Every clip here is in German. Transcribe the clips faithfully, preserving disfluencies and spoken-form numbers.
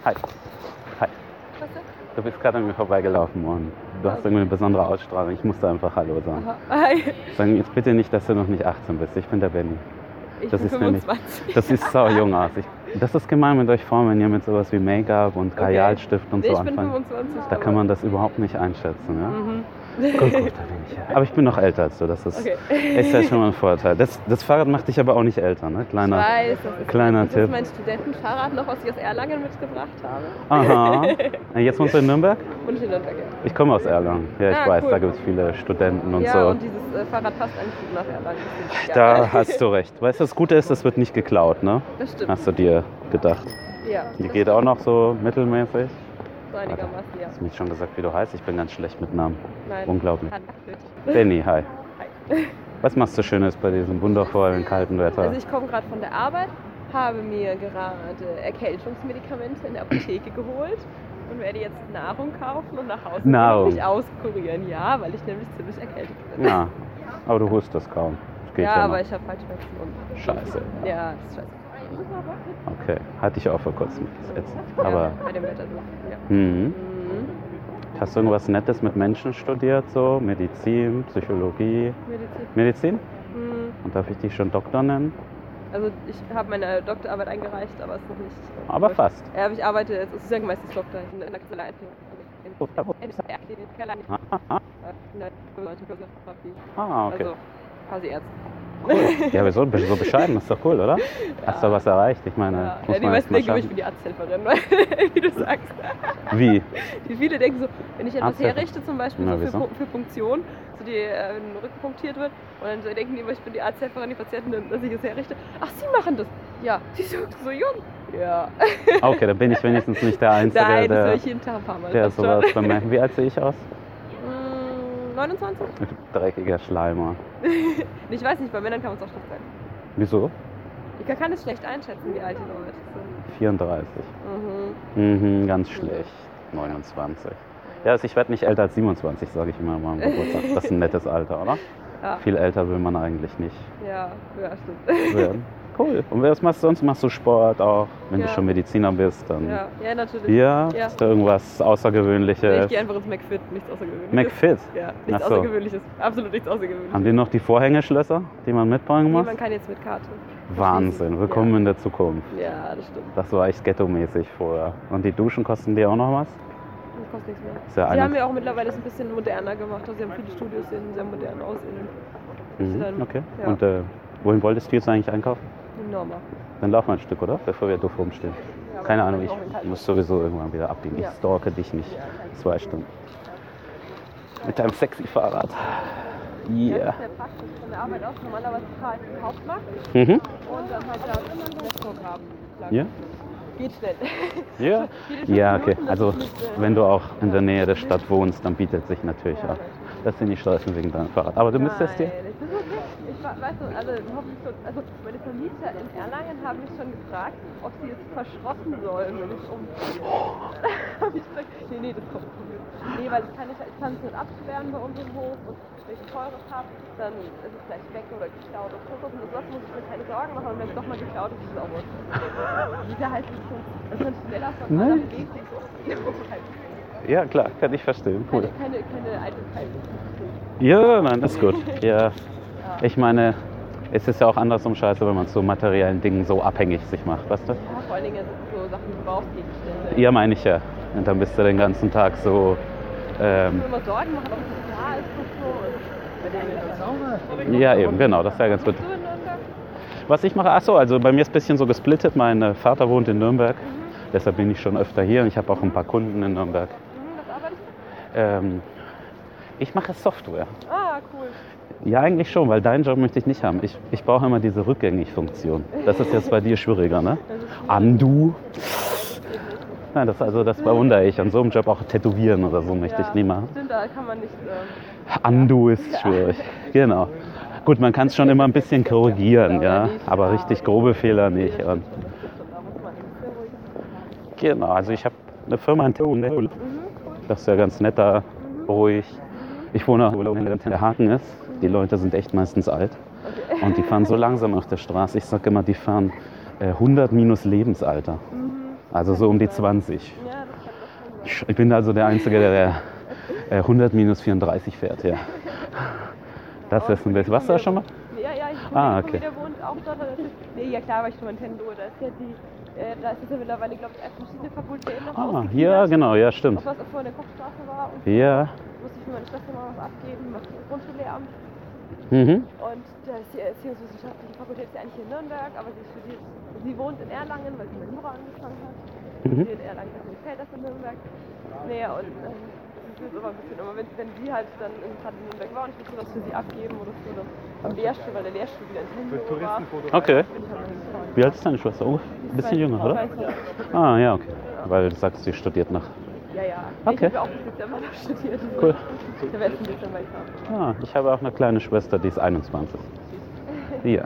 Hi. Hi. Was denn? Du bist gerade an mir vorbeigelaufen und du hast irgendwie eine besondere Ausstrahlung. Ich musste einfach Hallo sagen. Aha. Hi. Sag jetzt bitte nicht, dass du noch nicht achtzehn bist. Ich bin der Benny. Ich Das bin ist nämlich- fünfundzwanzig. Das ist sau jung aus. Ich, das ist gemein mit euch Frauen, wenn ihr mit sowas wie Make-up und Okay. Kajalstift und Nee, so ich bin anfangt. fünfundzwanzig. Da aber- kann man das überhaupt nicht einschätzen. Ja? Mhm. Gut, gut, da bin ich ja. Aber ich bin noch älter als du. Das ist, Okay. ist ja schon mal ein Vorteil. Das, das Fahrrad macht dich aber auch nicht älter. Ne? Kleiner, Ich weiß, das ist, kleiner das Tipp. ist mein Studentenfahrrad noch, was ich aus Erlangen mitgebracht habe. Aha. Na, jetzt wohnst du in Nürnberg? Und in Nürnberg, ja. Ich komme aus Erlangen. Ja, ich Ah, weiß, cool. da gibt es viele Studenten und ja, so. und dieses äh, Fahrrad passt eigentlich gut nach Erlangen. Das ist Da geil. hast du recht. Weißt du, das Gute ist, das wird nicht geklaut, ne? Das stimmt. Hast du dir gedacht. Ja, Die das geht auch noch so mittelmäßig. so einigermaßen, ja. Hast du mir schon gesagt, wie du heißt? Ich bin ganz schlecht mit Namen. Nein. Unglaublich. Hat- Benny, hi. Hi. Was machst du Schönes bei diesem wundervollen kalten Wetter? Also ich komme gerade von der Arbeit, habe mir gerade Erkältungsmedikamente in der Apotheke geholt und werde jetzt Nahrung kaufen und nach Hause gehen Nahrung. und mich auskurieren. Ja, weil ich nämlich ziemlich erkältet bin. Ja, aber du hustest kaum. Das geht ja, ja, aber noch. ich habe Halsschmerzen und... Scheiße. Ja, das ist scheiße. Okay, hatte ich auch vor kurzem. Das ist ätzend. Aber ja, bei dem Wetter so. Ja. mhm. Mhm. Hast du irgendwas Nettes mit Menschen studiert? So Medizin, Psychologie? Medizin. Medizin? Mhm. Und darf ich dich schon Doktor nennen? Also ich habe meine Doktorarbeit eingereicht, aber es ist noch nicht... Aber fast. Ja, aber ich arbeite jetzt, es ist ja meistens Doktor in der Kanzlei. Ah, okay. Also quasi Ärzte. Cool. Ja, wieso? So bescheiden, ist doch cool, oder? Hast du was erreicht? Ich meine, Ja, muss ja, die man meisten erst mal denken, ich bin die Arzthelferin, weil, wie du sagst. schaffen. Wie? Die viele denken so, wenn ich etwas Arzthelfer. herrichte, zum Beispiel Na, so für, wieso? Pu- für Punktion, so die äh, wenn ein Rücken punktiert wird, und dann so denken die immer, ich bin die Arzthelferin, die Patienten, dass ich es herrichte. Ach, sie machen das. Ja, sie sind so jung. Ja. Okay, dann bin ich wenigstens nicht der Einzige, Nein, das höre der, ich jeden Tag ein paar Mal. der Das schon. sowas bemerkt. Wie alt sehe ich aus? Mm, neunundzwanzig? Dreckiger Schleimer. Ich weiß nicht, bei Männern kann man es auch schlecht sein. Wieso? Ich kann es schlecht einschätzen, wie alt die Leute sind. vierunddreißig. Mhm. Mhm, ganz schlecht. neunundzwanzig. Ja, also ich werde nicht älter als siebenundzwanzig, sage ich immer an meinem Geburtstag. Das ist ein nettes Alter, oder? Ja. Viel älter will man eigentlich nicht Ja, ja, stimmt. werden. Cool. Und was machst du sonst? Machst du Sport auch? Wenn Ja. du schon Mediziner bist, dann... Ja, ja, natürlich. Ja? Ja. Ist da irgendwas Nee, Außergewöhnliches? ich gehe einfach ins McFit, nichts Außergewöhnliches. McFit? Ja, nichts Ach so. Außergewöhnliches. Absolut nichts Außergewöhnliches. Haben die noch die Vorhängeschlösser, die man mitbringen Nee, muss? man kann jetzt mit Karte. Wahnsinn. Willkommen in der Zukunft. Ja, ja, das stimmt. Das war echt ghetto-mäßig vorher. Und die Duschen kosten die auch noch was? Das kostet nichts mehr. Ist ja Sie eine- haben ja auch mittlerweile es ein bisschen moderner gemacht. Also sie haben viele Studios, die sehr modern aussehen. Mhm, dann- okay. ja. Und äh, wohin wolltest du jetzt eigentlich einkaufen? In Norma. Dann laufen wir ein Stück, oder? Bevor wir doof rumstehen. Ja, Keine aber Ahnung, auch in ich Kalten. muss sowieso irgendwann wieder abbiegen. Ja. Ich stalke dich nicht. Ja, kein Zwei Stunden. Mit deinem sexy Fahrrad. Yeah. Das ist sehr praktisch von der Arbeit aus. Normalerweise fahre ich im Hauptmarkt Mhm. und dann halt da Restaurant haben. Ja? Geht schnell. Ja? Viele fünf Ja, okay. Minuten, das Also, ist mit, äh, wenn du auch in der Nähe der Stadt wohnst, dann bietet sich natürlich Ja, auch. Das sind die Straßen wegen deinem Fahrrad. Aber du müsstest dir... Nein, das ist okay. Ich wa- weiß so, also, hoffentlich schon, also meine Vermieter in Erlangen haben mich schon gefragt, ob sie es verschrotten sollen, wenn ich umziehe. Dann habe ich gesagt, nee, nee, das kommt nicht. Nee, weil das kann ich, ich kann es nicht absperren bei uns im Hof und wenn ich teures habe, dann ist es gleich weg oder geklaut oder so. Und das muss ich mir keine Sorgen machen und wenn es doch mal geklaut ist, ist es auch wurscht. Wieder heißt es schon, das ist ein schneller von Nein. aller Weg und so. Ja, klar, kann ich verstehen. Cool. Keine, keine, keine Eitelkeit. Ja, nein, das ist gut. Ja. Ich meine, es ist ja auch andersrum scheiße, wenn man zu materiellen Dingen so abhängig sich macht, weißt du? Ja, vor allen Dingen so Sachen wie Gebrauchsgegenstände. Ja, meine ich ja. Und dann bist du den ganzen Tag so... Ich Ähm, muss mir immer Sorgen machen, ob es klar ist und so. ja, eben, genau, das ist ja ganz gut. Bist du in Nürnberg? Was ich mache, achso, also bei mir ist ein bisschen so gesplittet. Mein äh, Vater wohnt in Nürnberg, deshalb bin ich schon öfter hier und ich habe auch ein paar Kunden in Nürnberg. Mhm, was arbeitest du? Ähm, ich mache Software. Ah, cool. Ja, eigentlich schon, weil deinen Job möchte ich nicht haben. Ich, ich brauche immer diese Rückgängig-Funktion. Das ist jetzt bei dir schwieriger, ne? Das ist Undo. Nein, das, also, das bewundere ich. An so einem Job auch tätowieren oder so möchte ich nie machen. Stimmt, da kann man nicht. Ähm, Undo ist schwierig. Genau. Gut, man kann es schon immer ein bisschen korrigieren, ja, aber richtig grobe Fehler nicht. Und da muss man sehr ruhig. genau, also ich habe eine Firma in Tirol. Das ist ja ganz netter, ruhig. Ich wohne auch, wo der Haken ist. Die Leute sind echt meistens alt. Okay. Und die fahren so langsam auf der Straße. Ich sage immer, die fahren äh, hundert minus Lebensalter. Mhm. Also so um die zwanzig. Ja, das kann, das kann sein. Ich bin also der Einzige, der äh, hundert minus vierunddreißig fährt, ja. Das ist ein bisschen. Warst du da schon mal? Ja, ja, ich Ah, bin okay. der wohnt auch dort. Das ist, nee, ja klar, war ich schon mal in Nintendo. Da ist ja die, äh, da ist es ja mittlerweile, glaube ich, verschiedene Fakultäten noch Ah, ausgegliedert. ja, genau, ja, stimmt. Auch was auch vorher in der Kochstraße war. Und Ja. musste ich für meine Schwester mal was abgeben, macht das Grundschullehramt. Mhm. Und das ist die Erziehungswissenschaftliche Fakultät ist ja eigentlich hier in Nürnberg, aber sie studiert, sie wohnt in Erlangen, weil sie mit Jura angefangen hat. Sie Mhm. studiert in Erlangen, deswegen gefällt das in Nürnberg. Naja, und ähm, das ist aber ein bisschen, aber wenn, wenn sie halt dann in, gerade in Nürnberg war und ich musste was für sie abgeben oder so, dann am Lehrstuhl, weil der Lehrstuhl wieder in Nürnberg war, Okay. bin ich halt hingefahren. Wie alt ist deine Schwester? Oh, ein bisschen jünger, oder? Ah, ja, okay. Weil du sagst, sie studiert noch. Ja, ja. Okay. Ich habe auch bis Dezember noch studiert. Cool. Der Westen Dezember ich Ah, ich habe auch eine kleine Schwester, die ist einundzwanzig. Ja.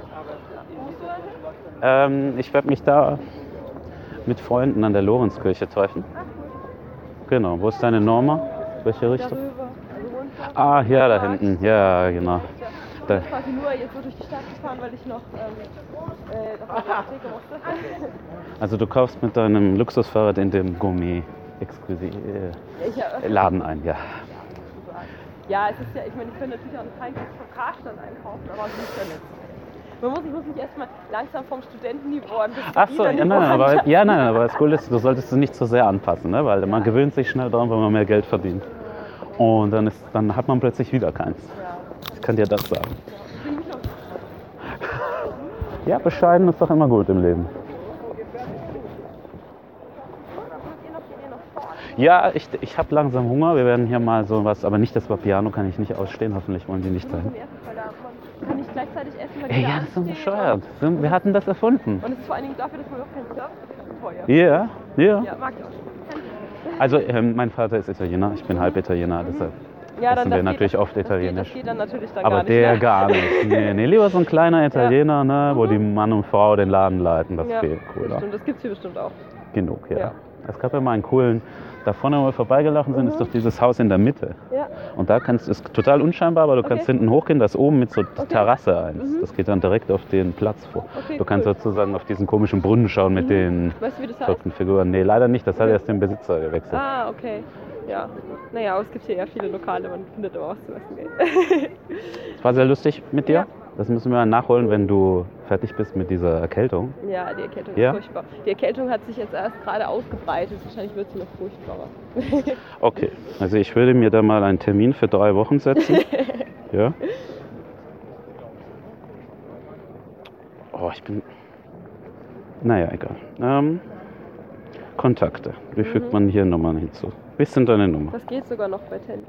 Ähm, ich werde mich da mit Freunden an der Lorenzkirche treffen. Genau. Wo ist deine Norma? Welche Richtung? Darüber, also runter. Ah, ja, da hinten. Ja, genau. Ich Da. bin quasi nur jetzt so durch die Stadt gefahren, weil ich noch ähm, äh, noch eine Apotheke musste. Also du kaufst mit deinem Luxusfahrrad in dem Gourmet exklusiv Ich, äh, Laden ein, ja. Ja, es ist ja, ich meine, ich könnte natürlich auch eine Feinkast vom Karstadt einkaufen, aber das ist ja nicht. Man muss, ich muss mich erstmal langsam vom Studentenniveau an bis Ach so, ja, nein, nein, aber, ja, nein, aber das Coole ist, du solltest es nicht so sehr anpassen, ne? Weil man gewöhnt sich schnell daran, wenn man mehr Geld verdient. Und dann, ist, dann hat man plötzlich wieder keins. Ja. Ich kann dir das sagen. Ich bin nicht noch. Ja, bescheiden ist doch immer gut im Leben. Ja, ich, ich habe langsam Hunger. Wir werden hier mal so was, aber nicht das Vapiano kann ich nicht ausstehen. Hoffentlich wollen die nicht dahin. Man kann nicht gleichzeitig essen, weil Ey, jeder ja, das ist so ansteht bescheuert. Wir hatten das erfunden. Und es ist vor allen Dingen dafür, dass man überhaupt keinen Service kriegt, ist teuer. Ja, ja. Ja, mag ich auch. Also ähm, mein Vater ist Italiener, ich bin halb Italiener, deshalb Ja, essen wir das natürlich geht, oft das geht, Italienisch. Das geht dann natürlich dann Aber gar nicht der mehr. gar nicht. Nee, nee, lieber so ein kleiner Italiener, ne, wo die Mann und Frau den Laden leiten, das Ja, ist viel cooler. Stimmt, das gibt's hier bestimmt auch. Genug, ja. Ja. Es gab ja mal einen coolen, da vorne, wo wir vorbeigelaufen sind, ist doch dieses Haus in der Mitte. Ja. Und da kannst du, ist total unscheinbar, aber du kannst Okay. hinten hochgehen, da ist oben mit so Okay. Terrasse eins. Mhm. Das geht dann direkt auf den Platz vor. Okay, Du kannst cool. sozusagen auf diesen komischen Brunnen schauen mit Mhm. den Weißt du, wie das heißt? verrückten Figuren. Nee, leider nicht, das hat Okay. erst den Besitzer gewechselt. Ah, okay. Ja. Naja, aber es gibt hier ja viele Lokale, man findet immer was zu essen. Gell? Es war sehr lustig mit dir. Ja. Das müssen wir nachholen, wenn du fertig bist mit dieser Erkältung. Ja, die Erkältung Ja? ist furchtbar. Die Erkältung hat sich jetzt erst gerade ausgebreitet. Wahrscheinlich wird sie noch furchtbarer. Okay, also ich würde mir da mal einen Termin für drei Wochen setzen. Ja. Oh, ich bin... Naja, egal. Ähm, Kontakte. Wie fügt Mhm. man hier Nummern hinzu? Wie ist denn deine Nummer? Das geht sogar noch bei Ten.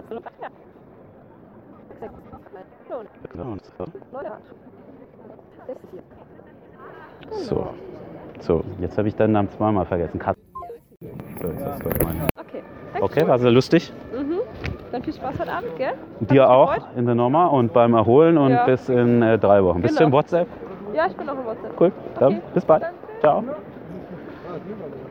So. So, jetzt habe ich deinen Namen zweimal vergessen. Kat so, jetzt hast du meinen. Okay. Okay, war sehr lustig. Mhm. Dann viel Spaß heute Abend, gell? Dir auch in der Norma und beim Erholen und Ja. bis in äh, drei Wochen. Bist du Genau. im WhatsApp? Ja, ich bin auch im WhatsApp. Cool, dann Okay. bis bald. Dann, Ciao. tschüss.